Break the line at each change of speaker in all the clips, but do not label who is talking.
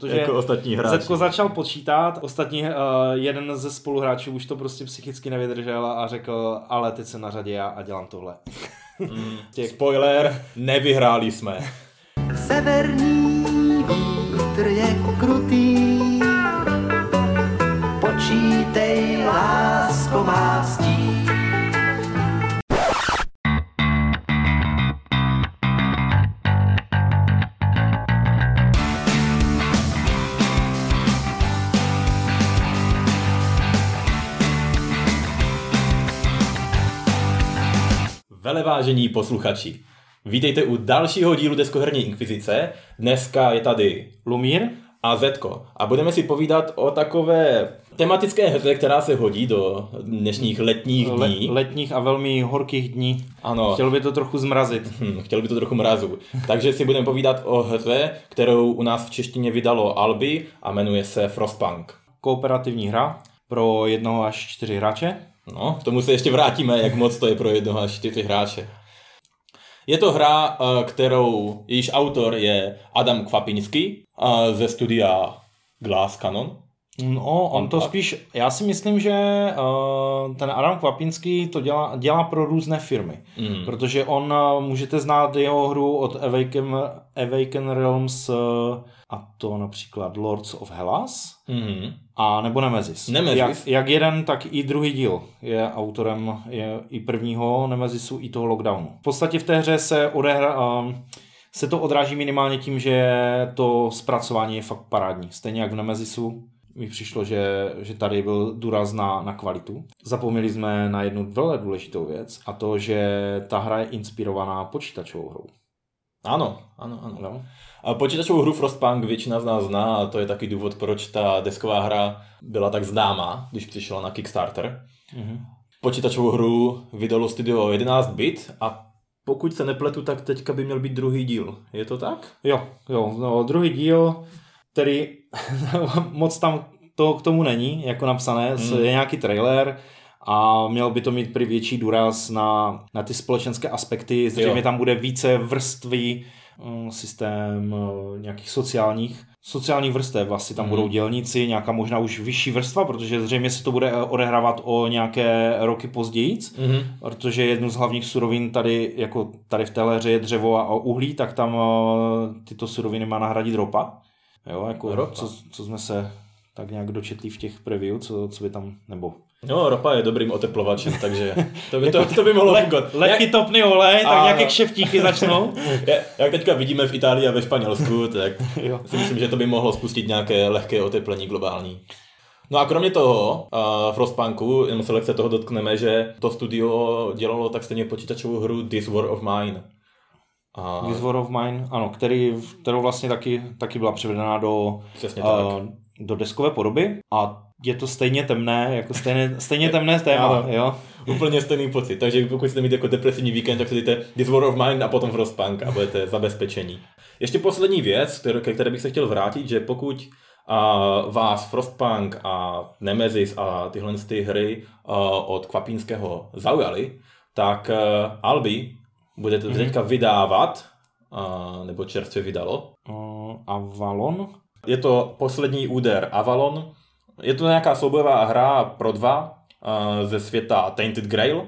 Jako ostatní hráči.
Zetko začal počítat, ostatní jeden ze spoluhráčů už to prostě psychicky nevydržel a řekl, ale teď jsem na řadě já a dělám tohle.
Spoiler, nevyhráli jsme.
Severní vítr je krutý, počítej, lásko má stí.
Velevážení posluchači, vítejte u dalšího dílu Deskoherní inkvizice. Dneska je tady
Lumír
a Zetko a budeme si povídat o takové tematické hře, která se hodí do dnešních letních dní.
Letních a velmi horkých dní.
Ano.
Chtěl by to trochu zmrazit.
Chtěl by to trochu mrazu. Takže si budeme povídat o hře, kterou u nás v češtině vydalo Albi a jmenuje se Frostpunk.
Kooperativní hra pro 1 až 4 hráče.
No, k tomu se ještě vrátíme, jak moc to je pro 1 až 4 hráče. Je to hra, kterou jejíž autor je Adam Kvapinský ze studia Glass Cannon.
No, on to spíš, já si myslím, že ten Adam Kvapinský to dělá pro různé firmy, protože on, můžete znát jeho hru od Awaken Realms a to například Lords of Hellas a nebo Nemesis. Jak jeden, tak i druhý díl je autorem je i prvního Nemesisu, i toho Lockdownu. V podstatě v té hře se to odráží minimálně tím, že to zpracování je fakt parádní. Stejně jak v Nemesisu mi přišlo, že tady byl důraz na kvalitu. Zapomněli jsme na jednu velmi důležitou věc a to, že ta hra je inspirovaná počítačovou hrou.
Ano. No. A počítačovou hru Frostpunk většina z nás zná a to je taky důvod, proč ta desková hra byla tak známá, když přišla na Kickstarter. Počítačovou hru vydalo studio 11-bit a pokud se nepletu, tak teďka by měl být druhý díl. Je to tak?
Jo, no, druhý díl, který moc tam to k tomu není, jako napsané, je nějaký trailer a měl by to mít prý větší důraz na ty společenské aspekty, zřejmě tam bude více vrství, systém nějakých sociálních vrstev, asi tam budou dělníci, nějaká možná už vyšší vrstva, protože zřejmě se to bude odehrávat o nějaké roky později, protože jednu z hlavních surovin tady v téhle hře je dřevo a uhlí, tak tam tyto suroviny má nahradit ropa. Jo, jako ropa. Co jsme se tak nějak dočetli v těch preview, co by tam, nebo...
No, ropa je dobrým oteplovačem, takže to by mohlo fungovat.
Lehký topný olej, tak nějaké kšeftíky začnou.
Jak teďka vidíme v Itálii a ve Španělsku, tak si myslím, že to by mohlo spustit nějaké lehké oteplení globální. No a kromě toho, Frostpunku, jenom se lehce toho dotkneme, že to studio dělalo tak stejně počítačovou hru This War of Mine.
This War of Mine, ano, kterou vlastně taky byla převedená do deskové podoby a je to stejně temné, jako stejně temné téma, jo.
Úplně stejný pocit, takže pokud chcete mít jako depresivní víkend, tak si dejte This War of Mine a potom Frostpunk a budete zabezpečení. Ještě poslední věc, ke které bych se chtěl vrátit, že pokud vás Frostpunk a Nemesis a tyhle ty hry od Kvapinského zaujaly, tak Albi budete teďka vydávat, nebo čerstvě vydalo.
Avalon?
Je to poslední úder Avalon. Je to nějaká soubojová hra pro 2 ze světa Tainted Grail.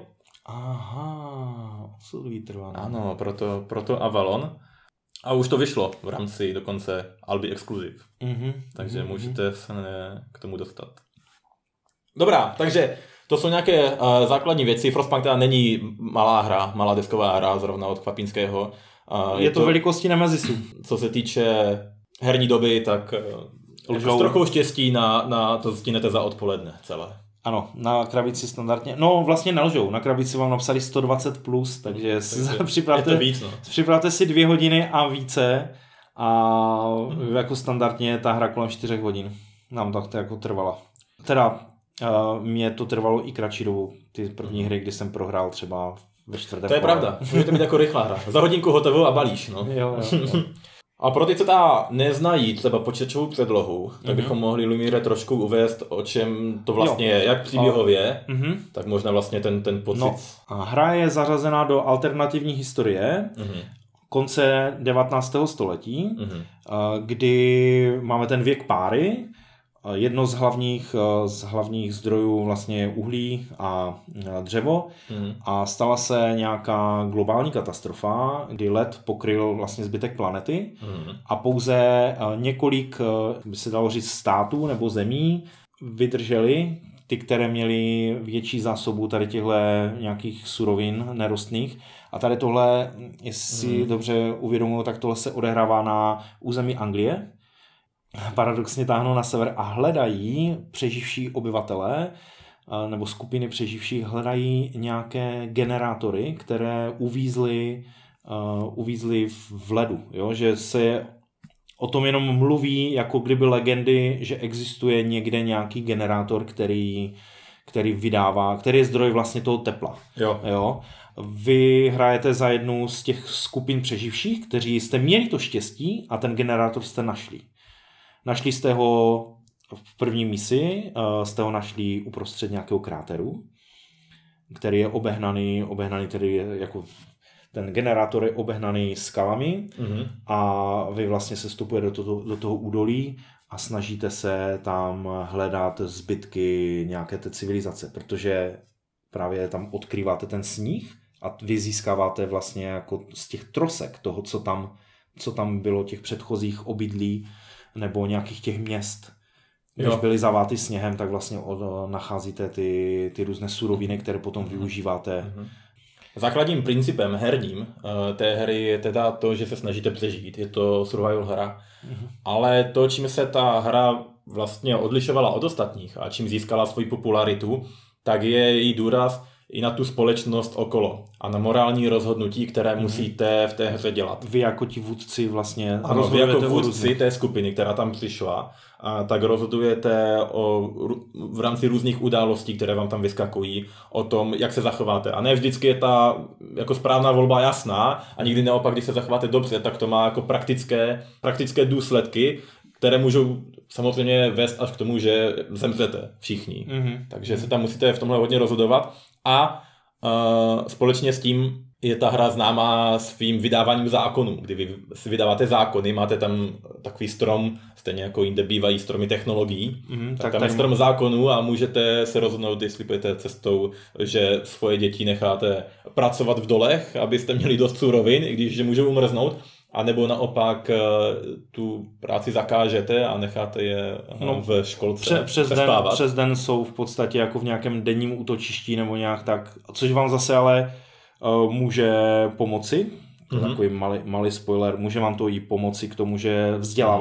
Aha, osudový trvaný.
Ano, proto Avalon. A už to vyšlo v rámci dokonce Albi Exclusive. Takže můžete se k tomu dostat. Dobrá, takže to jsou nějaké základní věci. Frostpunk teda není malá desková hra, zrovna od Kvapinského.
Je to velikosti Nemesisu.
Co se týče herní doby, tak s trochou štěstí na to stínete za odpoledne celé.
Ano, na krabici standardně. No vlastně nelžou, na krabici vám napsali 120+, takže připravte si 2 hodiny a více a jako standardně ta hra kolem 4 hodin. Nám to jako trvala. Teda mě to trvalo i kratší dobu, ty první hry, kdy jsem prohrál třeba ve 4.
To je pravda, může to být jako rychlá hra. Za hodinku hotovou a balíš, no.
Jo.
A pro ty, co neznají třeba počítačovou předlohu, tak bychom mohli Lumíre trošku uvést, o čem to vlastně je, jak příběhově, tak možná vlastně ten pocit.
No, hra je zařazená do alternativní historie, konce 19. století, kdy máme ten věk páry. Jedno z hlavních zdrojů vlastně je uhlí a dřevo a stala se nějaká globální katastrofa, kdy led pokryl vlastně zbytek planety a pouze několik, by se dalo říct, států nebo zemí vydrželi, ty, které měly větší zásobu tady těchto nějakých surovin nerostných. A tady tohle, jestli dobře uvědomuji, tak tohle se odehrává na území Anglie. Paradoxně táhnou na sever a hledají přeživší obyvatele nebo skupiny přeživších, hledají nějaké generátory, které uvízly v ledu. Jo? Že se o tom jenom mluví, jako kdyby legendy, že existuje někde nějaký generátor, který je zdroj vlastně toho tepla. Jo? Vy hrajete za jednu z těch skupin přeživších, kteří jste měli to štěstí a ten generátor jste našli. Našli jste ho v první misi, jste ho našli uprostřed nějakého kráteru, který je obehnaný tedy jako ten generátor je obehnaný skalami a vy vlastně se vstupujete do toho údolí a snažíte se tam hledat zbytky nějaké té civilizace, protože právě tam odkrýváte ten sníh a vy získáváte vlastně jako z těch trosek toho, co tam bylo těch předchozích obydlí nebo nějakých těch měst. Když byly zaváty sněhem, tak vlastně nacházíte ty různé suroviny, které potom využíváte.
Základním principem herním té hry je teda to, že se snažíte přežít. Je to survival hra. Ale to, čím se ta hra vlastně odlišovala od ostatních a čím získala svoji popularitu, tak je její důraz i na tu společnost okolo a na morální rozhodnutí, které musíte v té hře dělat.
Vy jako ti vůdci vlastně
ano, vy jako vůdci té skupiny, která tam přišla, tak rozhodujete v rámci různých událostí, které vám tam vyskakují, o tom, jak se zachováte. A ne vždycky je ta jako správná volba jasná a nikdy naopak, když se zachováte dobře, tak to má jako praktické důsledky, které můžou samozřejmě vést až k tomu, že zemřete všichni. Takže se tam musíte v tomhle hodně rozhodovat. A společně s tím je ta hra známá svým vydáváním zákonů. Kdy vy si vydáváte zákony, máte tam takový strom, stejně jako jinde bývají stromy technologií, tak tam je strom zákonů a můžete se rozhodnout, jestli půjdete cestou, že svoje děti necháte pracovat v dolech, abyste měli dost surovin, i když že můžou umrznout, a nebo naopak tu práci zakážete a necháte je v školce přespávat.
Přes den jsou v podstatě jako v nějakém denním útočišti nebo nějak tak, což vám zase ale může pomoci. To je takový malý spoiler. Může vám to i pomoci k tomu, že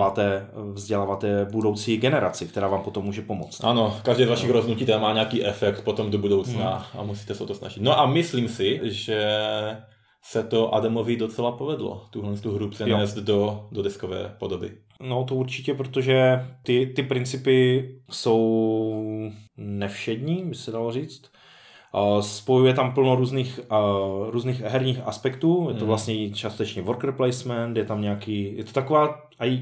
vzděláváte budoucí generaci, která vám potom může pomoct.
Ano, každé z vašich rozhodnutí tam má nějaký efekt potom do budoucna a musíte se o to snažit. No a myslím si, že se to Adamovi docela povedlo, tu hru přenést do deskové podoby.
No to určitě, protože ty principy jsou nevšední, by se dalo říct. Spojuje tam plno různých herních aspektů, je to vlastně částečně worker placement, je tam je to taková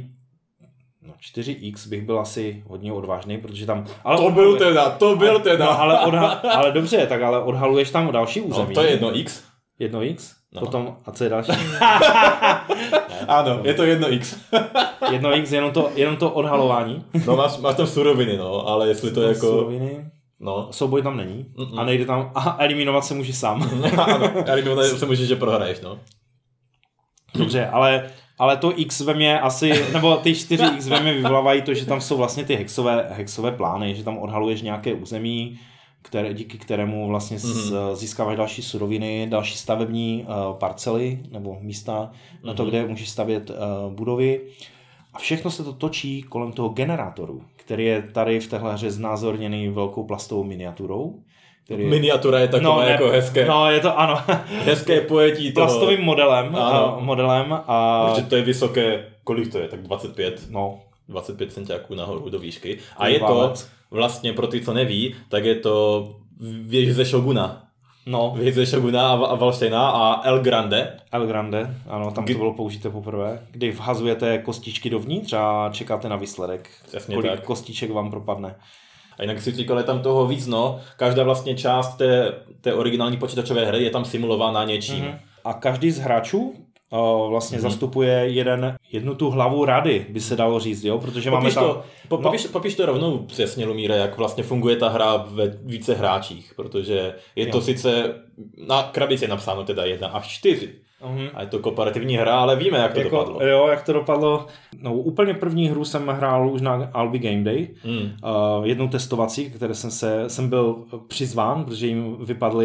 4X bych byl asi hodně odvážný, protože tam...
To byl teda.
No, ale dobře, tak ale odhaluješ tam další území.
No, to je 1X.
1X? No. Potom, a co je další?
Ano, je to 1X.
1X, jenom to odhalování.
No máš tam suroviny, ale jestli to jako...
Suroviny... No. Souboj tam není. A nejde tam... A eliminovat se může sám.
Ano, eliminovat se může, že prohraješ, no.
Dobře, ale to X ve mě asi, nebo ty 4X ve mě vyvolávají to, že tam jsou vlastně ty hexové plány, že tam odhaluješ nějaké území, díky kterému vlastně získáváš další suroviny, další stavební parcely nebo místa na to, kde můžeš stavět budovy. A všechno se to točí kolem toho generátoru, který je tady v téhle hře znázorněný velkou plastovou miniaturou.
Miniatura je takové jako hezké.
No, je to ano.
Hezké pojetí toho.
Plastovým modelem.
Protože to je vysoké, kolik to je, tak 25? No. 25 centiáků nahoru do výšky. A je to vlastně pro ty, co neví, tak je to věž ze Shoguna.
No.
Věž ze Shoguna a Valštejna a El Grande,
ano, tam to bylo použité poprvé. Kdy vhazujete kostičky dovnitř a čekáte na výsledek.
Přesně
kolik
tak.
Kostiček vám propadne.
A jinak si říkal, je tam toho víc, každá vlastně část té originální počítačové hry je tam simulována něčím.
A každý z hráčů vlastně zastupuje jednu tu hlavu rady, by se dalo říct, jo, protože máme tam...
Popiš to rovnou přesně, Lumíre, jak vlastně funguje ta hra ve více hráčích, protože je to sice, na krabici je napsáno teda 1 až 4, a je to kooperativní hra, ale víme, jak to dopadlo.
Jo, jak to dopadlo. No, úplně první hru jsem hrál už na Albi Game Day, jednou testovací, které jsem byl přizván, protože jim vypadl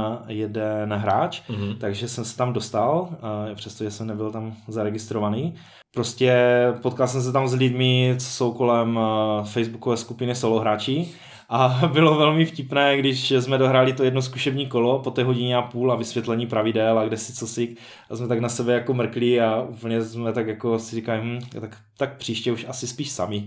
jeden hráč, takže jsem se tam dostal, přestože jsem nebyl tam zaregistrovaný. Prostě potkal jsem se tam s lidmi, co jsou kolem facebookové skupiny solohráčí. A bylo velmi vtipné, když jsme dohráli to jedno zkušební kolo po té hodině a půl a vysvětlení pravidel a kde si co si a jsme tak na sebe jako mrkli a úplně jsme tak jako si říkali, tak příště už asi spíš sami.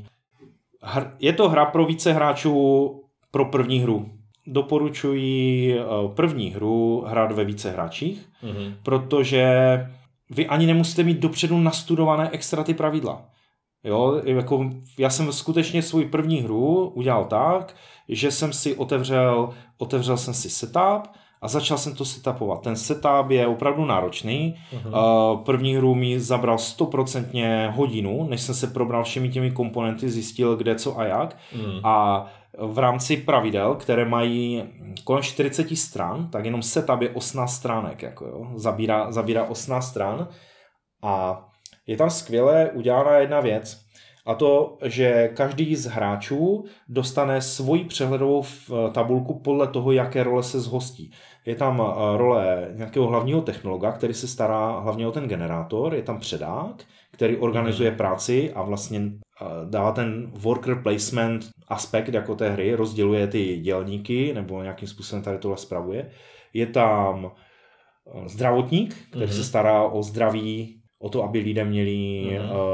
Je to hra pro více hráčů pro první hru. Doporučuji první hru hrát ve více hráčích, protože vy ani nemusíte mít dopředu nastudované extra ty pravidla. Jo, jako já jsem skutečně svou první hru udělal tak, že jsem si otevřel jsem si setup a začal jsem to setupovat. Ten setup je opravdu náročný. První hru mi zabral 100% hodinu, než jsem se probral všemi těmi komponenty, zjistil kde, co a jak. A v rámci pravidel, které mají kolem 40 stran, tak jenom setup je 18 stránek. Jako jo. Zabírá 18 stran a je tam skvěle udělaná jedna věc, a to, že každý z hráčů dostane svoji přehledovou tabulku podle toho, jaké role se zhostí. Je tam role nějakého hlavního technologa, který se stará hlavně o ten generátor, je tam předák, který organizuje práci a vlastně dává ten worker placement aspekt jako té hry, rozděluje ty dělníky nebo nějakým způsobem tady tohle spravuje. Je tam zdravotník, který se stará o zdraví, o to, aby lidé měli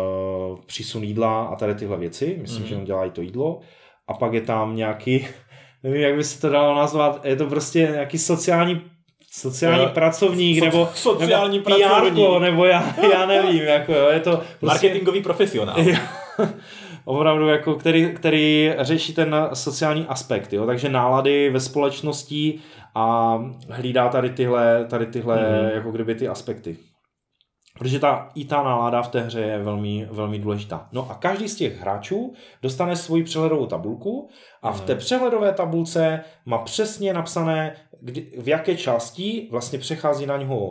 přísun jídla a tady tyhle věci. Myslím, že on dělá i to jídlo. A pak je tam nějaký, nevím, jak by se to dalo nazvat, je to prostě nějaký sociální pracovník, nebo PR, nebo já nevím, jako jo, je to prostě...
Marketingový profesionál.
Opravdu, jako, který řeší ten sociální aspekt, jo? Takže nálady ve společnosti a hlídá tady tyhle jako kdyby ty aspekty. Protože ta nálada v té hře je velmi, velmi důležitá. No a každý z těch hráčů dostane svoji přehledovou tabulku a v té přehledové tabulce má přesně napsané, v jaké části vlastně přechází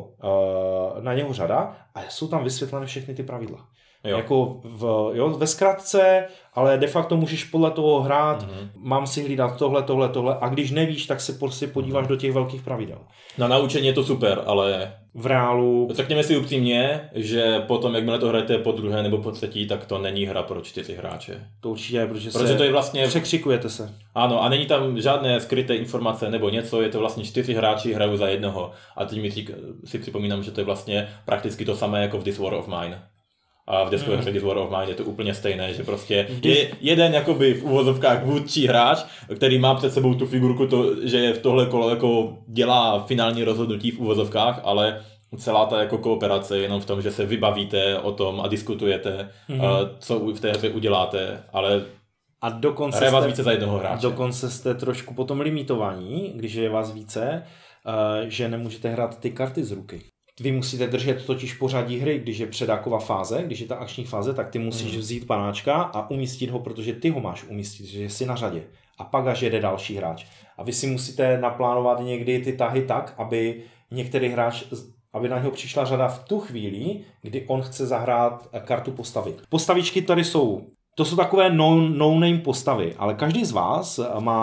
na něho řada a jsou tam vysvětlené všechny ty pravidla. Jo. Jako ve zkratce, ale de facto můžeš podle toho hrát, mám si hlídat tohle a když nevíš, tak se prostě podíváš do těch velkých pravidel.
Na naučení je to super, ale
v reálu...
Řekněme si upřímně, že potom, jakmile to hrajete po druhé nebo po třetí, tak to není hra pro 4 hráče.
To určitě,
protože to je vlastně...
Překřikujete se.
Ano, a není tam žádné skryté informace nebo něco, je to vlastně 4 hráči hrajou za jednoho. A teď si připomínám, že to je vlastně prakticky to samé jako v This War of Mine. A v deskové hře This War of Mine je to úplně stejné, že prostě je jeden jakoby v uvozovkách vůdčí hráč, který má před sebou tu figurku, že v tohle kolo jako dělá finální rozhodnutí v uvozovkách, ale celá ta jako kooperace je jenom v tom, že se vybavíte o tom a diskutujete, co v té hře uděláte, ale
a dokonce
vás více za jednoho hráče.
Dokonce jste trošku potom limitovaní, když je vás více, že nemůžete hrát ty karty z ruky. Vy musíte držet totiž pořadí hry, když je předáková fáze, když je ta akční fáze, tak ty musíš vzít panáčka a umístit ho, protože ty ho máš umístit, že jsi na řadě. A pak až jede další hráč. A vy si musíte naplánovat někdy ty tahy tak, aby některý hráč, aby na něho přišla řada v tu chvíli, kdy on chce zahrát kartu postavy. Postavičky tady jsou, to jsou takové no-name postavy, ale každý z vás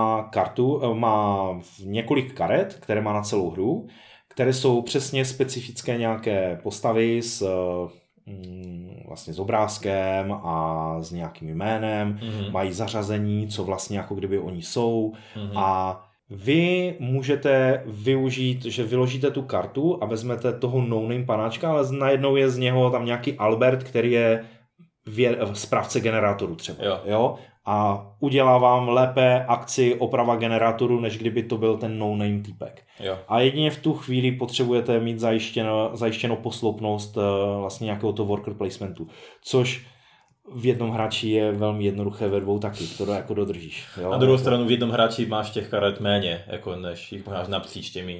má několik karet, které má na celou hru, které jsou přesně specifické nějaké postavy vlastně s obrázkem a s nějakým jménem, mají zařazení, co vlastně jako kdyby oni jsou a vy můžete využít, že vyložíte tu kartu a vezmete toho no-name panáčka, ale najednou je z něho tam nějaký Albert, který je správce generátoru třeba. Jo? A udělá vám lépe akci oprava generátoru, než kdyby to byl ten no-name týpek.
Jo.
A jedině v tu chvíli potřebujete mít zajištěnou posloupnost vlastně nějakého toho worker placementu, což v jednom hráči je velmi jednoduché, ve dvou taky, to jako dodržíš. Jo?
Na druhou stranu v jednom hráči máš těch karet méně, jako než jich máš napříč těmi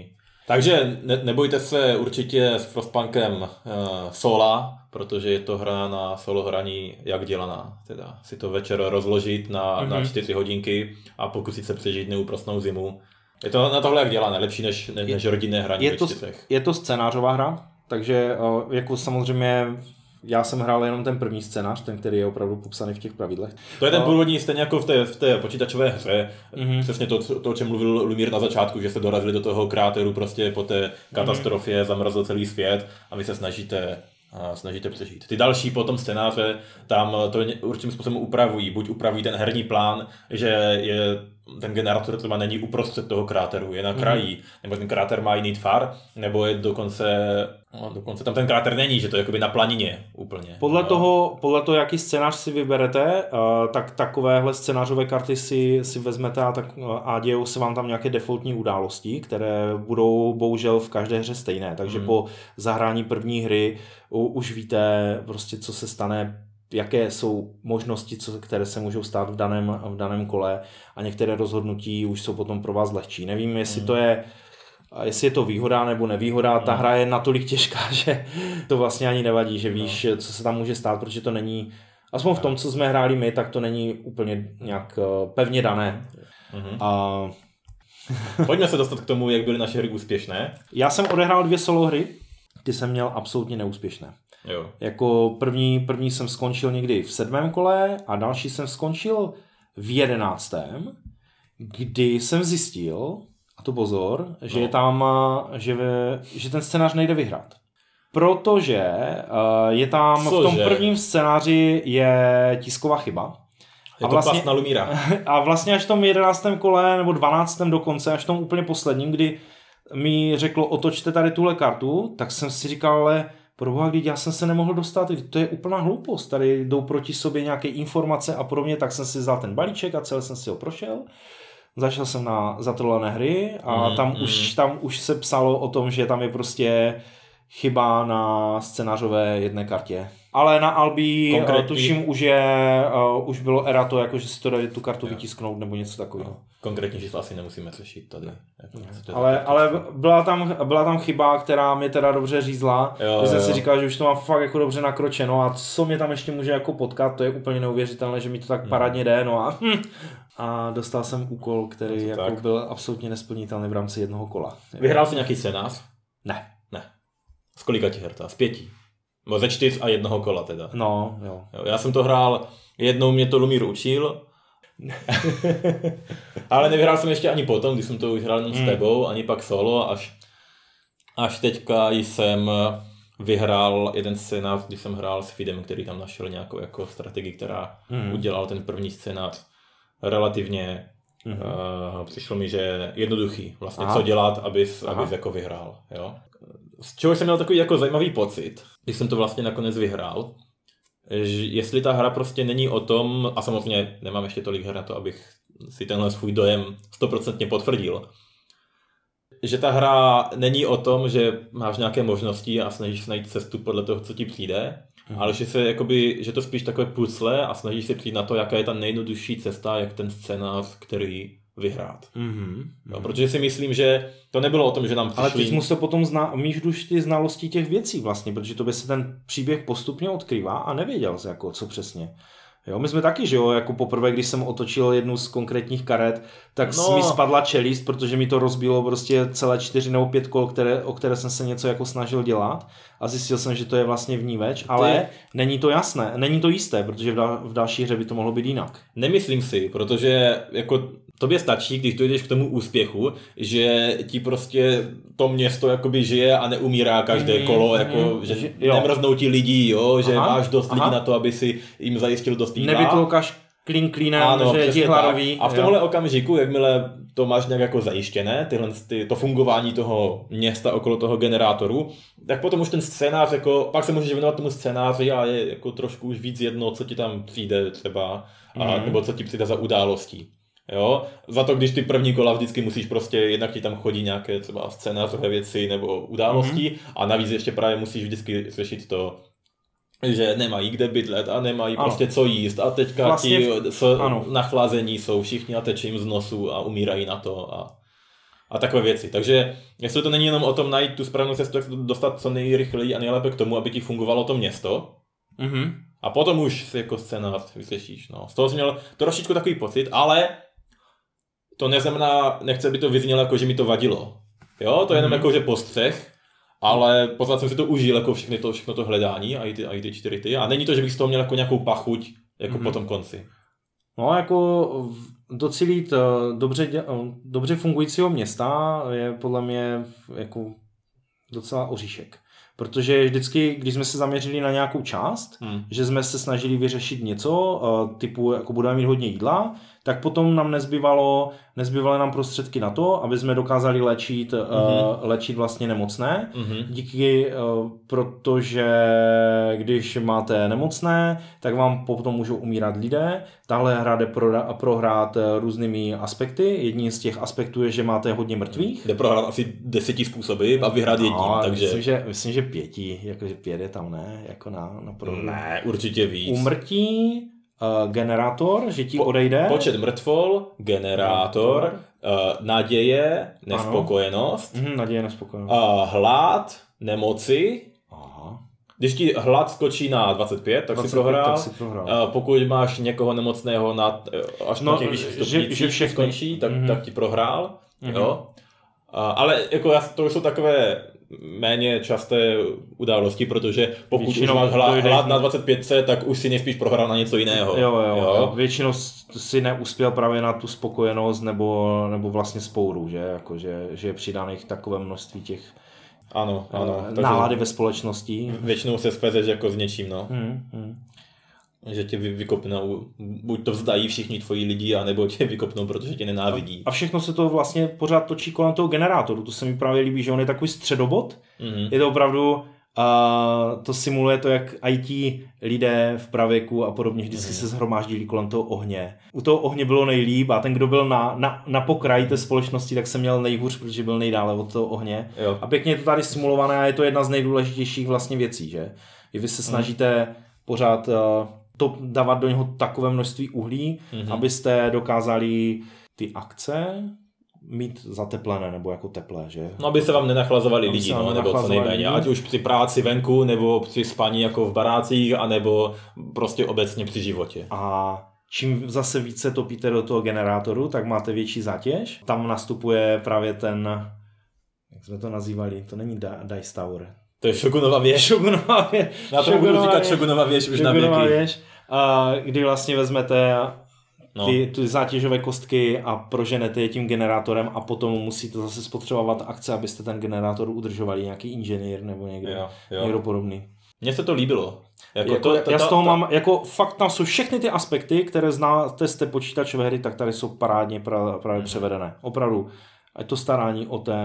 Takže nebojte se určitě s Frostpunkem sola, protože je to hra na solo hraní jak dělaná. Teda si to večer rozložit na 4 hodinky a pokusit se přežít neúprosnou zimu. Je to na tohle jak dělané, lepší než rodinné hraní ve 4.
Je to scénářová hra, takže jako samozřejmě já jsem hrál jenom ten první scénář, ten, který je opravdu popsaný v těch pravidlech.
To je ten původní, stejně jako v té počítačové hře, přesně to, o čem mluvil Lumír na začátku, že se dorazili do toho kráteru prostě po té katastrofě, zamrzl celý svět a vy se snažíte přežít. Ty další potom scénáře tam to určitým způsobem upravují. Buď upravují ten herní plán, že je ten generátor třeba není uprostřed toho kráteru, je na kraji, nebo ten kráter má jiný tvar, nebo je dokonce tam ten kráter není, že to je jakoby na planině úplně.
Podle toho, jaký scénář si vyberete, tak takovéhle scénářové karty si vezmete a dějou se vám tam nějaké defaultní události, které budou bohužel v každé hře stejné. Takže po zahrání první hry už víte prostě, co se stane, jaké jsou možnosti, které se můžou stát v daném kole a některé rozhodnutí už jsou potom pro vás lehčí. Nevím, jestli je to výhoda nebo nevýhoda, ta hra je natolik těžká, že to vlastně ani nevadí, že víš, co se tam může stát, protože to není, aspoň v tom, co jsme hráli my, tak to není úplně nějak pevně dané.
Pojďme se dostat k tomu, jak byly naše hry úspěšné.
Já jsem odehrál 2 solo hry, ty jsem měl absolutně neúspěšné.
Jo.
Jako první jsem skončil někdy v 7. kole a další jsem skončil v 11. kdy jsem zjistil, a to pozor, že je tam, že ten scénář nejde vyhrát. Protože je tam v tom prvním scénáři je tisková chyba.
Je to pas na Lumíra.
A vlastně až v tom 11. kole nebo 12. dokonce, až v tom úplně posledním, kdy mi řeklo otočte tady tuhle kartu, tak jsem si říkal, ale proboha, když já jsem se nemohl dostat, to je úplná hloupost, tady jdou proti sobě nějaké informace a podobně, tak jsem si vzal ten balíček a celý jsem si ho prošel. Zašel jsem na zatrolané hry a tam už se psalo o tom, že tam je prostě chyba na scénářové jedné kartě. Ale na Albi tuším už bylo erato, jako že si to dají tu kartu vytisknout nebo něco takového.
Konkrétní číslo asi nemusíme řešit tady.
Ale byla tam chyba, která mě teda dobře řízla. Že jsem si říkal, že už to mám fakt jako dobře nakročeno a co mě tam ještě může jako potkat, to je úplně neuvěřitelné, že mi to tak parádně jde. No a dostal jsem úkol, který jako byl absolutně nesplnitelný v rámci jednoho kola.
Vyhrál jsi nějaký scénář?
Ne.
Z kolika ti her? Z 5? No ze 4 a jednoho kola teda.
No, jo.
Já jsem to hrál, jednou mě to Lumír učil, ale nevyhrál jsem ještě ani potom, když jsem to už hrál jenom s tebou, ani pak solo, až teďka jsem vyhrál jeden scénář, když jsem hrál s Fidem, který tam našel nějakou jako strategii, která udělal ten první scénář relativně. Přišlo mi, že jednoduchý vlastně, co dělat, abys jako vyhrál. Jo? Z čeho jsem měl takový jako zajímavý pocit, když jsem to vlastně nakonec vyhrál, že jestli ta hra prostě není o tom, a samozřejmě nemám ještě tolik her na to, abych si tenhle svůj dojem 100% potvrdil, že ta hra není o tom, že máš nějaké možnosti a snažíš se najít cestu podle toho, co ti přijde, ale že to spíš takové puzzle a snažíš se přijít na to, jaká je ta nejjednodušší cesta, jak ten scénář, který vyhrát. No, protože si myslím, že to nebylo o tom, že nám přišli...
Ale ty jsi musel potom mít už ty znalosti těch věcí vlastně, protože to by se ten příběh postupně odkrývá a nevěděl jsi jako co přesně. Jo, my jsme taky, že jo, jako poprvé, když jsem otočil jednu z konkrétních karet, tak mi spadla čelist, protože mi to rozbilo prostě celé 4 nebo 5 kol, o které jsem se něco jako snažil dělat a zjistil jsem, že to je vlastně vníveč, ale není to jasné, není to jisté, protože v další hře by to mohlo být jinak.
Nemyslím si, protože jako tobě stačí, když dojdeš k tomu úspěchu, že ti prostě to město jakoby žije a neumírá každé kolo, jako, že nemrznou ti lidi, jo, že máš dost lidí na to, aby si jim zajistil dost jídla.
Nevytloukáš klínem, že je ti hladový.
A v tomhle okamžiku, jakmile to máš nějak jako zajištěné, to fungování toho města okolo toho generátoru, tak potom už ten scénář, jako, pak se můžeš věnovat tomu scénáři a je jako trošku už víc jedno, co ti tam přijde třeba, nebo co ti přijde za událostí. Jo? Za to, když ty první kola vždycky musíš prostě, jednak ti tam chodí nějaké třeba scénářové věci nebo události a navíc ještě právě musíš vždycky řešit to, že nemají kde bydlet a nemají prostě co jíst a teďka vlastně nachlazení jsou všichni a teče jim z nosu a umírají na to. a takové věci. Takže jestli to není jenom o tom najít tu správnou cestu, jak se dostat co nejrychleji a nejlépe k tomu, aby ti fungovalo to město. A potom už si jako scénář vyslyšíš. No. Z toho jsem měl trošičku takový pocit, ale to neznamená, nechce by to vyznělo jako, že mi to vadilo. Jo, to je jenom jako, že postřeh, ale pořád jsem si to užil, jako všechno to hledání a i ty 4 ty. A není to, že bych z toho měl jako nějakou pachuť, jako po tom konci.
No jako docílit dobře fungujícího města je podle mě jako docela oříšek. Protože vždycky, když jsme se zaměřili na nějakou část, že jsme se snažili vyřešit něco, typu jako budeme mít hodně jídla, tak potom nám nezbyvaly nám prostředky na to, aby jsme dokázali léčit vlastně nemocné. Protože když máte nemocné, tak vám potom můžou umírat lidé. Tahle hra jde prohrát různými aspekty. Jedním z těch aspektů je, že máte hodně mrtvých.
Jde prohrát asi 10 způsoby a vyhrát jedním. Takže...
Myslím, že 5, jakože 5 je tam, ne? Jako na prohru.
Ne, určitě víc.
Úmrtí, generátor, že ti odejde.
Počet mrtvol, generátor, naděje, nespokojenost.
Naděje, nespokojenost.
Hlad, nemoci. Aha. Když ti hlad skočí na 25, tak si prohrál. Pokud máš někoho nemocného až na těch vyšších stupnicích, že všechny skončí, tak ti prohrál. Jo? Ale jako to jsou takové méně časté události, protože pokud už máš hlad na 25, tak už si nejspíš prohrál na něco jiného.
Jo. Většinou si neuspěl právě na tu spokojenost nebo vlastně spouru, že? Jako, že je přidaných takové množství těch nálady ve společnosti.
Většinou se svezeš jako s něčím, no. Že tě vykopnou, buď to vzdají všichni tvoji lidi, anebo tě vykopnou, protože tě nenávidí.
A všechno se to vlastně pořád točí kolem toho generátoru. To se mi právě líbí, že on je takový středobod. Je to opravdu, to simuluje to, jak IT lidé v pravěku a podobně vždycky se shromáždili kolem toho ohně. U toho ohně bylo nejlíp a ten, kdo byl na pokraji té společnosti, tak se měl nejhůř, protože byl nejdále od toho ohně.
Jo.
A pěkně je to tady simulované a je to jedna z nejdůležitějších vlastně věcí, že? I vy se snažíte pořád dávat do něho takové množství uhlí, abyste dokázali ty akce mít zateplené nebo jako teplé, že?
No, aby se vám nenachlazovali lidi, nebo co nejméně, ať už při práci venku, nebo při spaní jako v barácích, anebo prostě obecně při životě.
A čím zase více topíte do toho generátoru, tak máte větší zátěž. Tam nastupuje právě ten, jak jsme to nazývali, to není Dice Tower.
To je Shogunova věž. Já to budu říkat Shogunova věž už na věky.
Kdy vlastně vezmete ty zátěžové kostky a proženete je tím generátorem a potom musíte zase spotřebovat akce, abyste ten generátor udržovali, nějaký inženýr nebo někdo podobný.
Mně se to líbilo.
Já z toho mám, jako fakt tam jsou všechny ty aspekty, které znáte z té počítačové hry, tak tady jsou parádně právě převedené. Opravdu. Ať to starání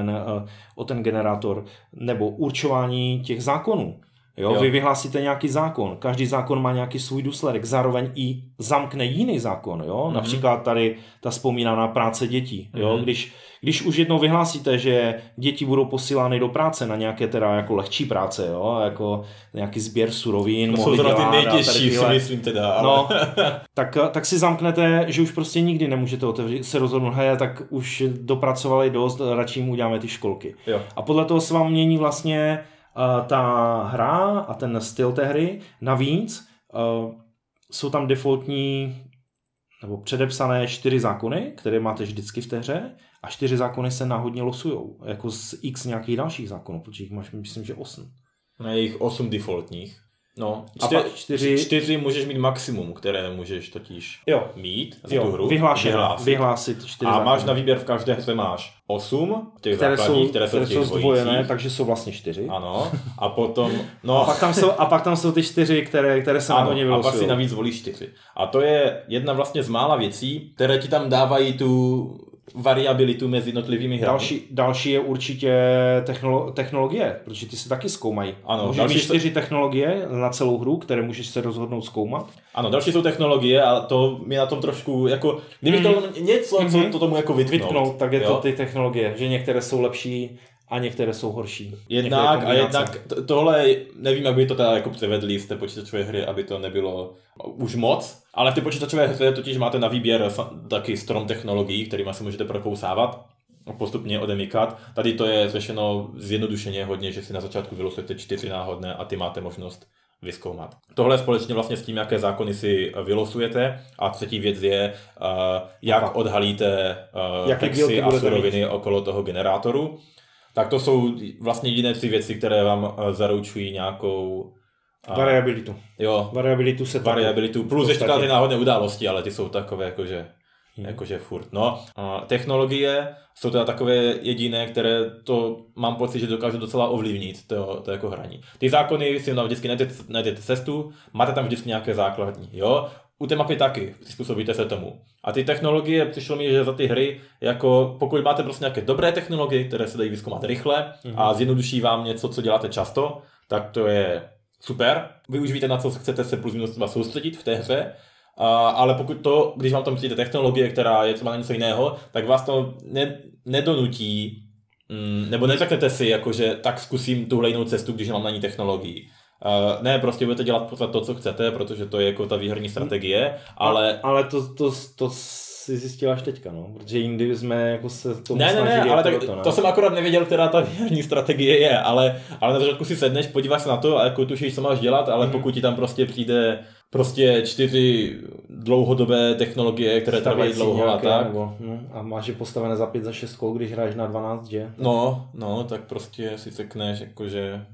o ten generátor, nebo určování těch zákonů. Jo? Vy vyhlásíte nějaký zákon, každý zákon má nějaký svůj důsledek, zároveň i zamkne jiný zákon. Jo? Například tady ta vzpomínaná práce dětí. Jo? Když už jednou vyhlásíte, že děti budou posílány do práce na nějaké teda jako lehčí práce, jo? Jako nějaký sběr surovin,
mohli dělat. To jsou ty nejtěžší, si myslím teda. Ale...
No, tak si zamknete, že už prostě nikdy nemůžete se rozhodnout, tak už dopracovali dost, radši jim uděláme ty školky.
Jo.
A podle toho se vám mění vlastně ta hra a ten styl té hry. Navíc jsou tam defaultní nebo předepsané 4 zákony, které máte vždycky v té hře a 4 zákony se náhodně losujou, jako z x nějakých dalších zákonů, protože jich máš, myslím, že 8.
Je jich 8 defaultních. No,
a
4 můžeš mít maximum, které můžeš totiž mít za tu hru.
Vyhlásit 4
a máš na výběr v každé hře máš 8 těch základních, které jsou
zdvojené, takže jsou vlastně 4.
Ano. A potom
a pak tam jsou ty 4, které se náhodně vylosují.
A pak si navíc zvolíš 4. A to je jedna vlastně z mála věcí, které ti tam dávají tu variabilitu mezi jednotlivými hrami.
Další je určitě technologie, protože ty se taky zkoumají.
Ano,
můžeš mít 4 technologie na celou hru, které můžeš se rozhodnout zkoumat.
Ano, další jsou technologie a to mi na tom trošku jako, kdybych to něco, co to tomu jako vytknout,
tak je to ty technologie, že některé jsou lepší a některé jsou horší.
Jednak tohle, nevím, jak by to teda jako převedli z té počítačové hry, aby to nebylo už moc, ale v té počítačové hře totiž máte na výběr taky strom technologií, kterými se můžete prokousávat. postupně odemykat. Tady to je řešeno zjednodušeně hodně, že si na začátku vylosujete 4 náhodné a ty máte možnost vyzkoumat. Tohle společně vlastně s tím, jaké zákony si vylosujete. A třetí věc je, jak odhalíte hexy a suroviny okolo toho generátoru. Tak to jsou vlastně jediné 3 věci, které vám zaručují nějakou
variabilitu.
Jo, variabilitu. Plus ještě ty náhodné události, ale ty jsou takové jakože furt. No, technologie jsou teda takové jediné, které to mám pocit, že dokážu docela ovlivnit to jako hraní. Ty zákony si vždycky najdete cestu, máte tam vždycky nějaké základní, jo. U té mapy taky, přizpůsobíte se tomu. A ty technologie, přišlo mi, že za ty hry, jako pokud máte prostě nějaké dobré technologie, které se dají vyzkoumat rychle a zjednoduší vám něco, co děláte často, tak to je super. Využijte na co chcete se plus minus třeba soustředit v té hře. Ale když vám tam přijde technologie, která je třeba na něco jiného, tak vás to nedonutí, nebo neřeknete si, jakože tak zkusím tuhle jinou cestu, když mám na ní technologii. Ne, prostě budete dělat pořád to, co chcete, protože to je jako ta výherní strategie, ale...
Ale to si zjistil až teďka, no, protože jindy jsme jako se tomu
snažili. Ne, ale tak to jsem akorát nevěděl, která ta výherní strategie je, ale na začátku si sedneš, podíváš se na to a jako tušíš, co máš dělat, ale pokud ti tam prostě přijde 4 dlouhodobé technologie, které trvají dlouho a tak.
A máš je postavené za 5, za 6 kol, když hraješ na 12, že?
No, tak prostě si řekneš, jakože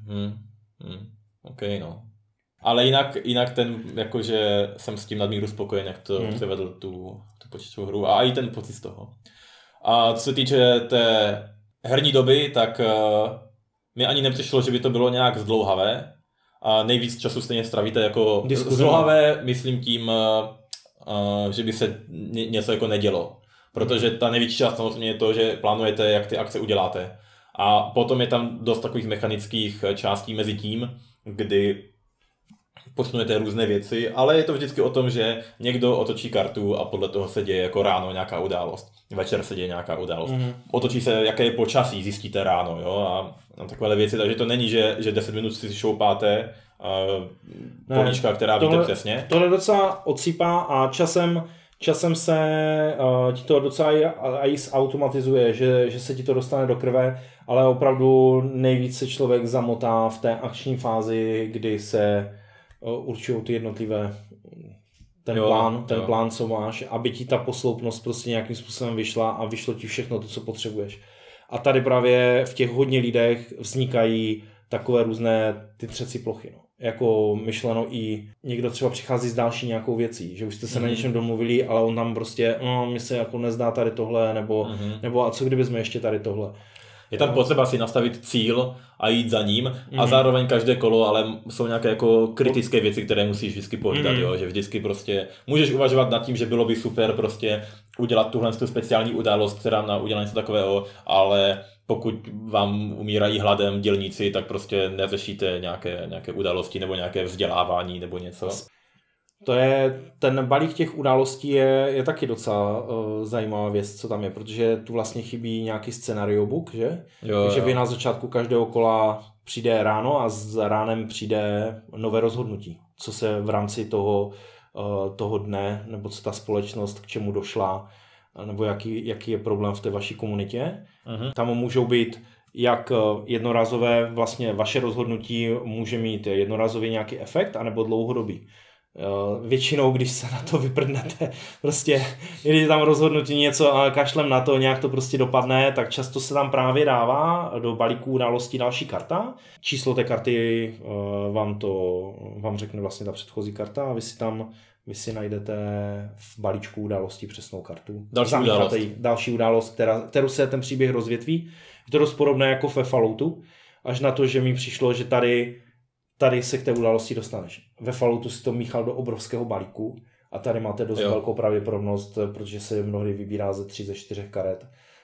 OK, no. Ale jinak ten, jakože jsem s tím nadmíru spokojen, jak to převedl tu počítačovou hru a i ten pocit z toho. A co se týče té herní doby, tak mi ani nepřišlo, že by to bylo nějak zdlouhavé. A nejvíc času stejně stravíte jako zdlouhavé, myslím tím, že by se něco jako nedělo. Protože ta největší část samozřejmě je to, že plánujete, jak ty akce uděláte. A potom je tam dost takových mechanických částí mezi tím, kdy posunujete různé věci, ale je to vždycky o tom, že někdo otočí kartu a podle toho se děje jako ráno nějaká událost. Večer se děje nějaká událost. Otočí se, jaké je počasí, zjistíte ráno, jo, a takové věci, takže to není, že 10 minut si šoupáte políčka, která víte přesně.
Tohle docela odsýpá a časem se ti to docela i zautomatizuje, že se ti to dostane do krve, ale opravdu nejvíc se člověk zamotá v té akční fázi, kdy se určují ty jednotlivé ten plán, co máš, aby ti ta posloupnost prostě nějakým způsobem vyšla a vyšlo ti všechno to, co potřebuješ. A tady právě v těch hodně lidech vznikají takové různé ty třecí plochy. No. Jako myšleno i někdo třeba přichází s další nějakou věcí, že už jste se na něčem domluvili, ale on tam prostě, mně se jako nezdá tady tohle, nebo a co kdyby jsme ještě tady tohle.
Je tam potřeba si nastavit cíl a jít za ním a zároveň každé kolo, ale jsou nějaké jako kritické věci, které musíš vždycky pohlídat, jo? Že vždycky prostě můžeš uvažovat nad tím, že bylo by super prostě udělat tuhle speciální událost, která nám udělá něco takového, ale pokud vám umírají hladem dělníci, tak prostě neřešíte nějaké události nebo nějaké vzdělávání nebo něco.
To je, ten balík těch událostí je taky docela zajímavá věc, co tam je, protože tu vlastně chybí nějaký scenariobook, že? Takže vy na začátku každého kola přijde ráno a s ránem přijde nové rozhodnutí, co se v rámci toho dne, nebo co ta společnost k čemu došla, nebo jaký je problém v té vaší komunitě. Tam můžou být jak jednorázové, vlastně vaše rozhodnutí může mít jednorázový nějaký efekt, anebo dlouhodobý. Většinou, když se na to vyprdnete, prostě když tam rozhodnutí něco a kašlem na to, nějak to prostě dopadne, tak často se tam právě dává do balíku událostí další karta. Číslo té karty vám řekne vlastně ta předchozí karta a vy si najdete v balíčku událostí přesnou kartu. Další událost, kterou se ten příběh rozvětví. Je to dost podobné jako ve Falloutu, až na to, že mi přišlo, že tady se k té události dostaneš. Ve Falloutu si to míchal do obrovského balíku a tady máte dost velkou pravděpodobnost, protože se mnohdy vybírá ze 3 ze 4 karet,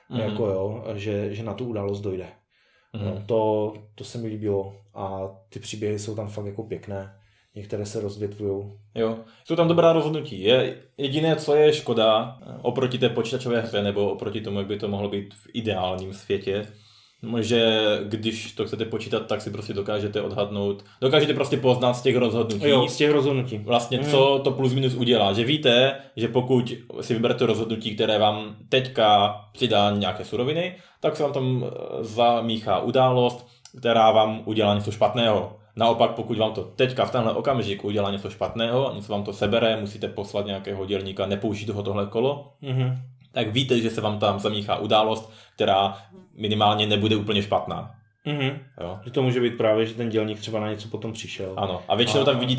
že na tu událost dojde. No, to se mi líbilo a ty příběhy jsou tam fakt jako pěkné. Některé se rozvětvujou.
Jo, jsou tam dobrá rozhodnutí. Jediné, co je škoda oproti té počítačové hře nebo oproti tomu, jak by to mohlo být v ideálním světě, že když to chcete počítat, tak si prostě dokážete odhadnout, dokážete prostě poznat z těch rozhodnutí.
Jo, z těch rozhodnutí.
Vlastně co to plus minus udělá. Že víte, že pokud si vyberete rozhodnutí, které vám teďka přidá nějaké suroviny, tak se vám tam zamíchá událost, která vám udělá něco špatného. Naopak, pokud vám to teďka v tenhle okamžik udělá něco špatného, něco vám to sebere, musíte poslat nějakého dělníka, nepoužít ho tohle kolo, tak víte, že se vám tam zamíchá událost, která minimálně nebude úplně špatná.
Jo. Že to může být právě, že ten dělník třeba na něco potom přišel.
Ano. A většinou tam vidíte,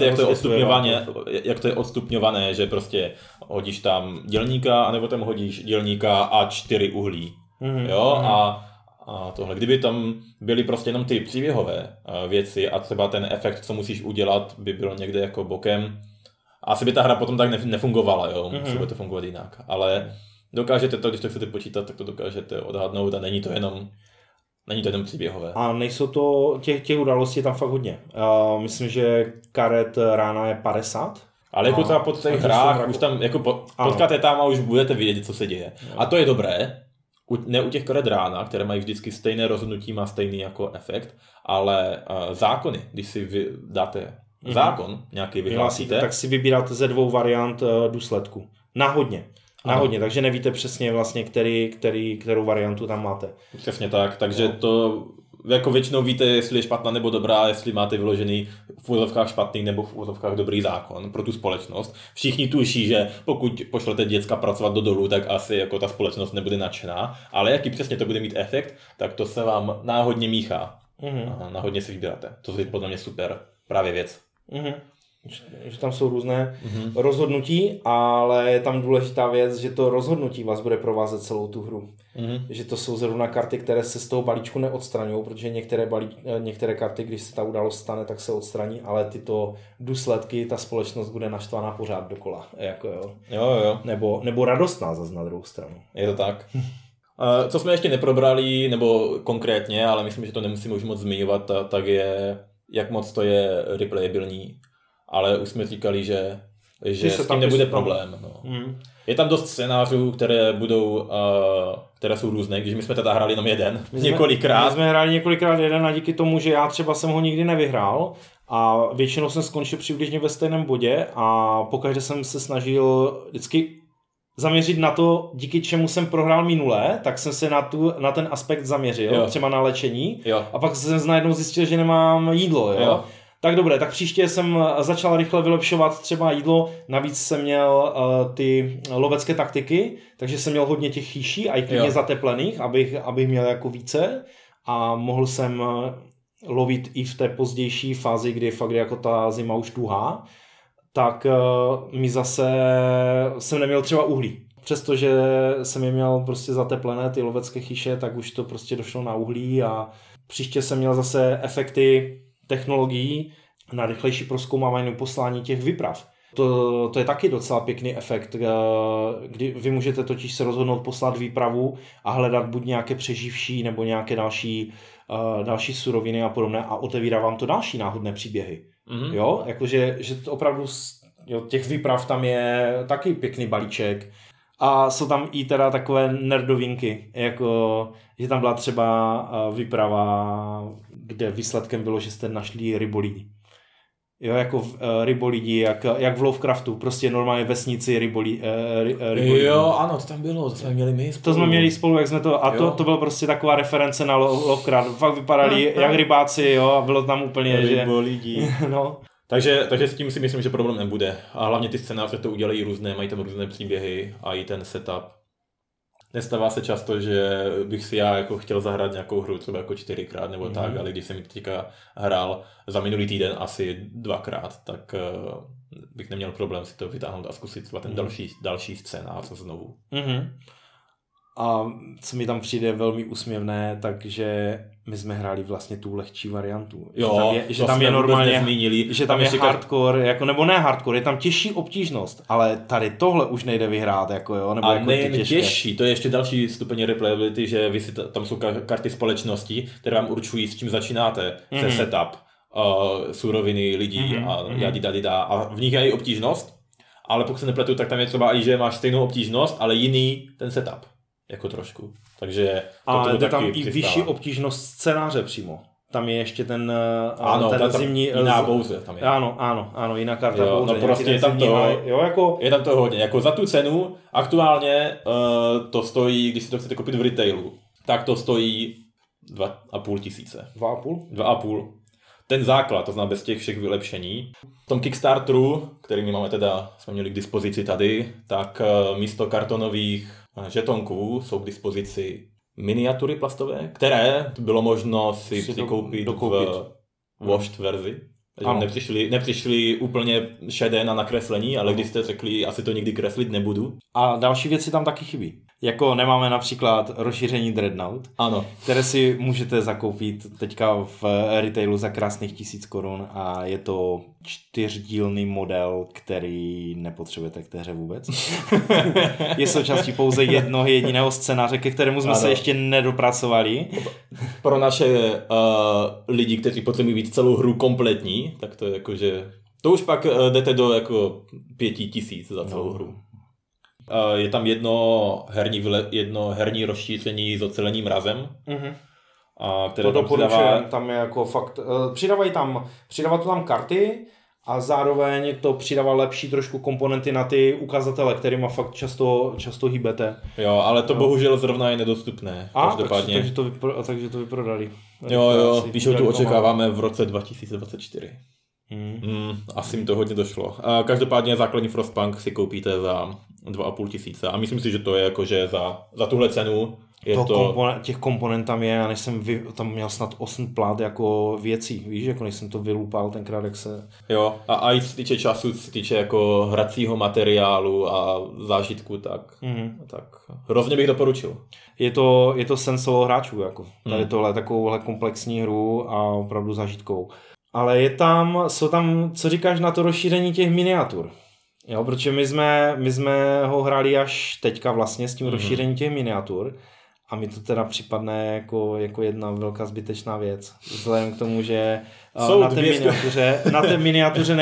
jak to je odstupňované, že prostě hodíš tam dělníka, anebo tam hodíš dělníka a 4 uhlí. Jo? A tohle, kdyby tam byly prostě jenom ty příběhové věci a třeba ten efekt, co musíš udělat, by byl někde jako bokem, asi by ta hra potom tak nefungovala, jo, musí to fungovat jinak, ale dokážete to, když to chcete počítat, tak to dokážete odhadnout a není to jenom příběhové.
A nejsou to, těch událostí tam fakt hodně. Myslím, že karet rána je 50.
Ale jako třeba po těch hrách, už tam jako potkáte tam a už budete vědět, co se děje. A to je dobré. Ne u těch karet rána, které mají vždycky stejné rozhodnutí, má stejný jako efekt, ale zákony, když si dáte zákon, nějaký vyhlásíte,
tak si vybíráte ze 2 variant důsledku. Náhodně, takže nevíte přesně vlastně, kterou variantu tam máte.
Přesně tak, takže to jako většinou víte, jestli je špatná nebo dobrá, jestli máte vyložený v úvozovkách špatný nebo v úvozovkách dobrý zákon pro tu společnost. Všichni tuší, že pokud pošlete děcka pracovat do dolu, tak asi jako ta společnost nebude nadšená, ale jaký přesně to bude mít efekt, tak to se vám náhodně míchá. Náhodně si vybíráte. To je podle mě super právě věc.
Že tam jsou různé rozhodnutí, ale je tam důležitá věc, že to rozhodnutí vás bude provázet celou tu hru. Že to jsou zrovna karty, které se z toho balíčku neodstraňují, protože některé karty, když se ta událost stane, tak se odstraní, ale tyto důsledky, ta společnost bude naštvaná pořád dokola. Jako
jo.
Nebo radostná zase na druhou stranu.
Je to tak. Co jsme ještě neprobrali, nebo konkrétně, ale myslím, že to nemusíme už moc zmiňovat, tak je, jak moc to je replayabilní. Ale už jsme říkali, že s tím nebude problém. No. Je tam dost scénářů, které jsou různé, když my jsme teda hráli jenom jeden několikrát.
My jsme hráli několikrát jeden a díky tomu, že já třeba jsem ho nikdy nevyhrál a většinou jsem skončil přibližně ve stejném bodě a pokaždé jsem se snažil vždycky zaměřit na to, díky čemu jsem prohrál minule, tak jsem se na ten aspekt zaměřil, třeba na léčení a pak jsem najednou zjistil, že nemám jídlo. Jo? Tak dobré, tak příště jsem začal rychle vylepšovat třeba jídlo, navíc jsem měl ty lovecké taktiky, takže jsem měl hodně těch chýší a i klidně zateplených, abych měl jako více a mohl jsem lovit i v té pozdější fázi, kdy fakt jako ta zima už tuhá, tak mi zase jsem neměl třeba uhlí. Přestože jsem je měl prostě zateplené ty lovecké chýše, tak už to prostě došlo na uhlí a příště jsem měl zase efekty technologií na rychlejší prozkoumávání poslání těch výprav. To je taky docela pěkný efekt, kdy vy můžete totiž se rozhodnout poslat výpravu a hledat buď nějaké přeživší nebo nějaké další suroviny a podobné a otevírá vám to další náhodné příběhy. Jo, jakože že to opravdu těch výprav tam je taky pěkný balíček. A jsou tam i teda takové nerdovinky, jako že tam byla třeba výprava, kde výsledkem bylo, že jste našli rybolidi. Jo, jako rybolidi, jak v Lovecraftu, prostě normálně vesnici rybolidi.
Jo, ano, to tam bylo, to jsme měli my spolu.
To jsme měli spolu, jak jsme to, a to bylo prostě taková reference na Lovecraft. Fakt vypadali jak rybáci, jo, a bylo tam úplně,
rybolidi.
No.
Takže s tím si myslím, že problém nebude. A hlavně ty scénáře to udělají různé, mají tam různé příběhy a i ten setup. Nestává se často, že bych si já jako chtěl zahrát nějakou hru třeba jako 4krát nebo tak, ale když jsem ji teďka hrál za minulý týden asi 2krát, tak bych neměl problém si to vytáhnout a zkusit třeba ten další scénář znovu.
A co mi tam přijde velmi úsměvné, takže my jsme hráli vlastně tu lehčí variantu.
Jo,
že tam je normálně
nezmínili.
Že tam je hardcore, jako, nebo ne hardcore, je tam těžší obtížnost, ale tady tohle už nejde vyhrát, jako jo, nebo
a
jako
nejen těžší, to je ještě další stupeň replayability, že vy si tam jsou karty společnosti, které vám určují, s čím začínáte, se setup, suroviny lidí a v nich je i obtížnost, ale pokud se nepletu, tak tam je třeba i, že máš stejnou obtížnost, ale jiný ten setup. Jako trošku. Takže
a jde tam i vyšší obtížnost scénáře přímo. Tam je ještě ten zimní...
Jiná bouře tam je.
Ano, jiná karta bouře.
No prostě je tam je tam to hodně. Jako za tu cenu aktuálně to stojí, když si to chcete koupit v retailu, tak to stojí 2,5 tisíce. 2,5. Ten základ, to znamená bez těch všech vylepšení. V tom Kickstarteru, který my máme jsme měli k dispozici tady, tak místo kartonových žetonků jsou k dispozici miniatury plastové, které bylo možno si koupit v washed verzi. Nepřišli úplně šedé na nakreslení, ale když jste řekli, asi to nikdy kreslit nebudu.
A další věci tam taky chybí. Jako nemáme například rozšíření Dreadnought, které si můžete zakoupit teďka v retailu za krásných 1000 korun a je to 4dílný model, který nepotřebujete k té hře vůbec. Je součástí pouze jednoho jediného scénáře, ke kterému jsme se ještě nedopracovali.
Pro naše lidi, kteří potřebují být celou hru kompletní, tak to je jako, že to už pak jdete do jako 5000 za celou hru. Je tam jedno herní rozšíření s oceleným mrazem.
A které to doporučujem, tam je jako fakt, přidává to tam karty a zároveň to přidává lepší trošku komponenty na ty ukazatele, kterýma fakt často hýbete.
Jo, ale to bohužel zrovna je nedostupné.
Takže to vyprodali.
Jo, píšou tu očekáváme v roce 2024. Asi mi to hodně došlo. Každopádně základní Frostpunk si koupíte za 2,5 tisíce a myslím si, že to je jako, že za tuhle cenu je
těch komponent tam je, a než jsem tam měl snad 8 plát jako věcí, víš, jako než jsem to vylupal tenkrát, jak se...
Jo, a i se týče času, se týče jako hracího materiálu a zážitku, tak hrozně bych doporučil.
Je to sen solo hráčů, jako tady tohle takovouhle komplexní hru a opravdu zážitkovou. Ale jsou tam, co říkáš na to rozšíření těch miniatur? Jo, protože my jsme ho hráli až teďka vlastně s tím rozšířením těch miniatur a mi to teda připadne jako jedna velká zbytečná věc. Vzhledem k tomu, že na té miniatuře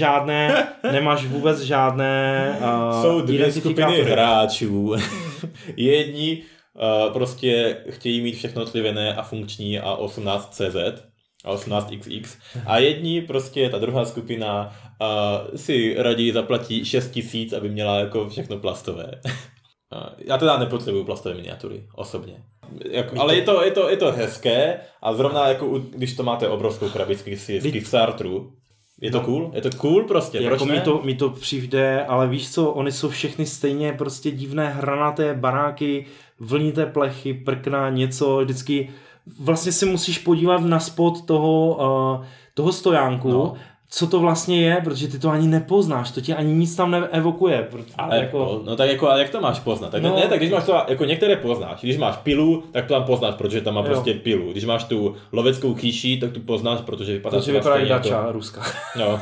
nemáš vůbec žádné
jsou dvě skupiny hráčů. Jedni prostě chtějí mít všechno slivené a funkční a 18CZ. A 18XX. A jedni prostě, ta druhá skupina si raději zaplatí 6 000, aby měla jako všechno plastové. Já teda nepotřebuju plastové miniatury, osobně. Ale je to hezké a zrovna jako když to máte obrovskou krabičku z Kickstarteru, je to cool? Je to cool prostě,
jako mi to přijde, ale víš co, oni jsou všechny stejně prostě divné hranaté baráky, vlnité plechy, prkna, něco, vždycky vlastně si musíš podívat na spod toho stojánku, co to vlastně je, protože ty to ani nepoznáš, to ti ani nic tam neevokuje.
Ale ale jak to máš poznat? Tak tak když máš to, jako některé poznáš. Když máš pilu, tak to tam poznáš, protože tam má prostě pilu. Když máš tu loveckou chýši, tak tu poznáš, protože vypadá
jak dača ruská.
No.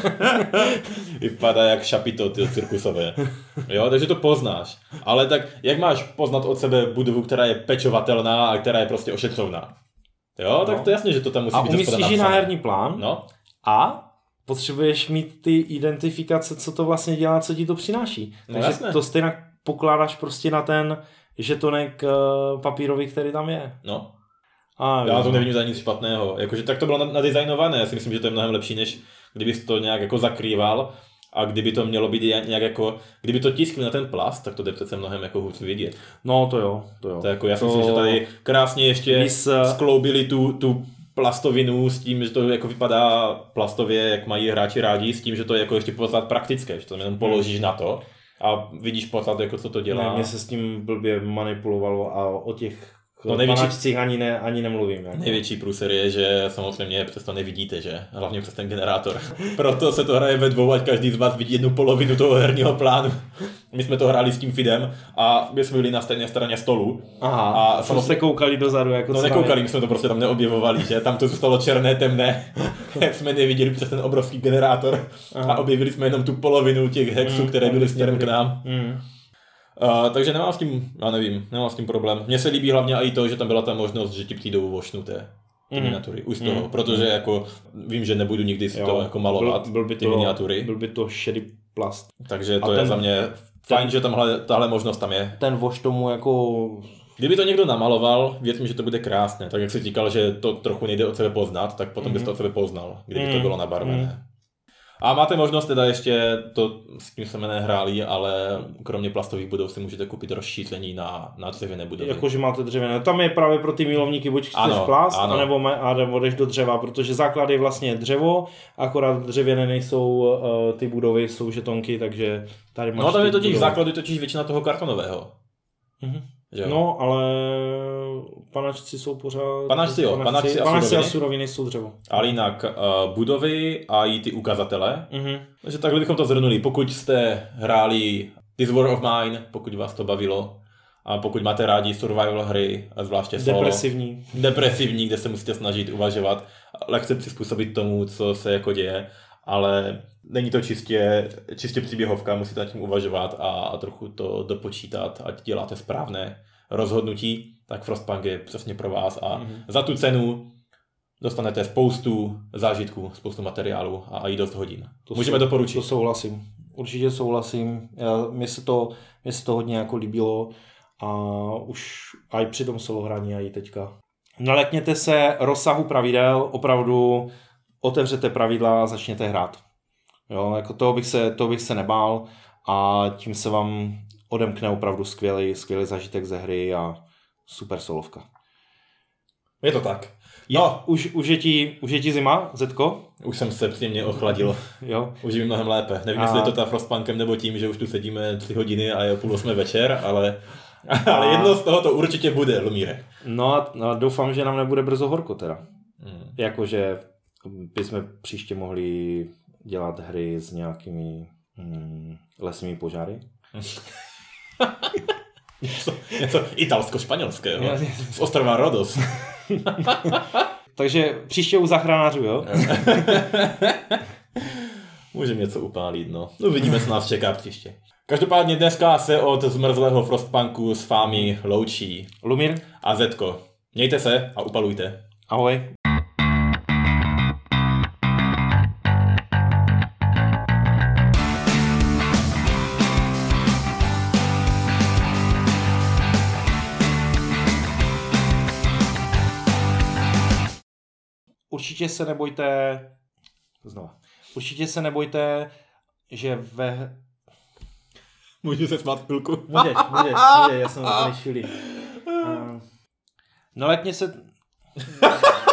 Vypadá jak šapito cirkusové. Jo, takže to poznáš. Ale tak jak máš poznat od sebe budovu, která je pečovatelná a která je prostě ošetřovná? Jo, tak to jasně, že to tam musí být.
A umístíš ji na herní plán?
No.
A potřebuješ mít ty identifikace, co to vlastně dělá, co ti to přináší. Takže to stejně pokládáš prostě na ten žetonek papírový, který tam je.
No. Já to nevidím za nic špatného. Jakože tak to bylo nadizajnované. Já si myslím, že to je mnohem lepší, než kdybys to nějak jako zakrýval. A kdyby to mělo být nějak jako, kdyby to tiskli na ten plast, tak to jde přece mnohem jako hůř vidět.
No to jo.
To jako, já si myslím, že tady krásně ještě skloubili tu plastovinu s tím, že to jako vypadá plastově, jak mají hráči rádi, s tím, že to je jako ještě pořád praktické, že to jenom položíš na to a vidíš pořád, jako co to dělá.
Ne, mě se s tím blbě manipulovalo a o těch panačcích ani nemluvím. Jako.
Největší průser je, že samozřejmě přesto nevidíte, že? Hlavně přes ten generátor. Proto se to hraje ve dvou, ať každý z vás vidí jednu polovinu toho herního plánu. My jsme to hráli s tím feedem a my jsme byli na stejné straně stolu.
Aha, a jste koukali dozadu jako
nekoukali, my jsme to prostě tam neobjevovali, že? Tam to zůstalo černé, temné. jsme neviděli přes ten obrovský generátor. Aha. A objevili jsme jenom tu polovinu těch hexů, které byly směrem k nám. Takže nemám s tím problém. Mně se líbí hlavně i to, že tam byla ta možnost, že ti přijdou vošnuté miniatury už z toho, protože jako vím, že nebudu nikdy si to jako malovat, ty miniatury.
Byl by to šedý plast.
Takže to je za mě fajn, že tahle možnost tam je.
Ten voš tomu jako...
Kdyby to někdo namaloval, věř mi, že to bude krásné. Tak jak jsi říkal, že to trochu nejde od sebe poznat, tak potom bys to od sebe poznal, kdyby to bylo nabarvené. A máte možnost teda ještě, to s tím jsme nehráli, ale kromě plastových budov si můžete koupit rozšíření na dřevěné budovy.
Jakože máte dřevěné. Tam je právě pro ty milovníky, buď chceš plast, anebo jdeš do dřeva, protože základ je vlastně dřevo, akorát dřevěné nejsou ty budovy, jsou žetonky, takže tady máš.
No tam je totiž základ, je totiž většina toho kartonového.
No, ale panačci jsou pořád...
Panačci
a suroviny jsou dřevo.
Ale jinak budovy a i ty ukazatele. Takže takhle bychom to zhrnuli. Pokud jste hráli This War of Mine, pokud vás to bavilo, a pokud máte rádi survival hry, a zvláště solo. Depresivní, kde se musíte snažit uvažovat, lehce přizpůsobit tomu, co se jako děje, ale není to čistě příběhovka, musíte nad tím uvažovat a trochu to dopočítat, ať děláte správné rozhodnutí, tak Frostpunk je přesně pro vás a za tu cenu dostanete spoustu zážitků, spoustu materiálu a i dost hodin. Můžeme doporučit.
To souhlasím. Určitě souhlasím. Mně se to hodně jako líbilo a už i při tom solohrání a i teďka. Nalekněte se rozsahu pravidel, opravdu otevřete pravidla a začněte hrát. Jo, jako toho bych se nebál a tím se vám odemkne opravdu skvělý zážitek ze hry a super solovka.
Je to tak.
Už je ti zima, Zetko?
Už jsem se příjemně ochladil.
Jo.
Už je mnohem lépe. Nevím, jestli je to ta Frostpunkem nebo tím, že už tu sedíme 3 hodiny a je 7:30 večer, ale jedno z toho to určitě bude, Lumíre.
No a doufám, že nám nebude brzo horko teda. Jakože bychom příště mohli dělat hry s nějakými lesními požáry.
něco italsko-španělského. Z ostrova Rodos.
Takže příště u zachranářů, jo?
Můžeme něco upálit, no. Uvidíme, co nás čeká příště. Každopádně dneska se od zmrzlého Frostpunku s vámi loučí
Lumír
a Zetko. Mějte se a upalujte.
Ahoj. Určitě se nebojte, že
Můžu se smát chvilku?
Můžeš, já jsem na to nešilý. No letně se...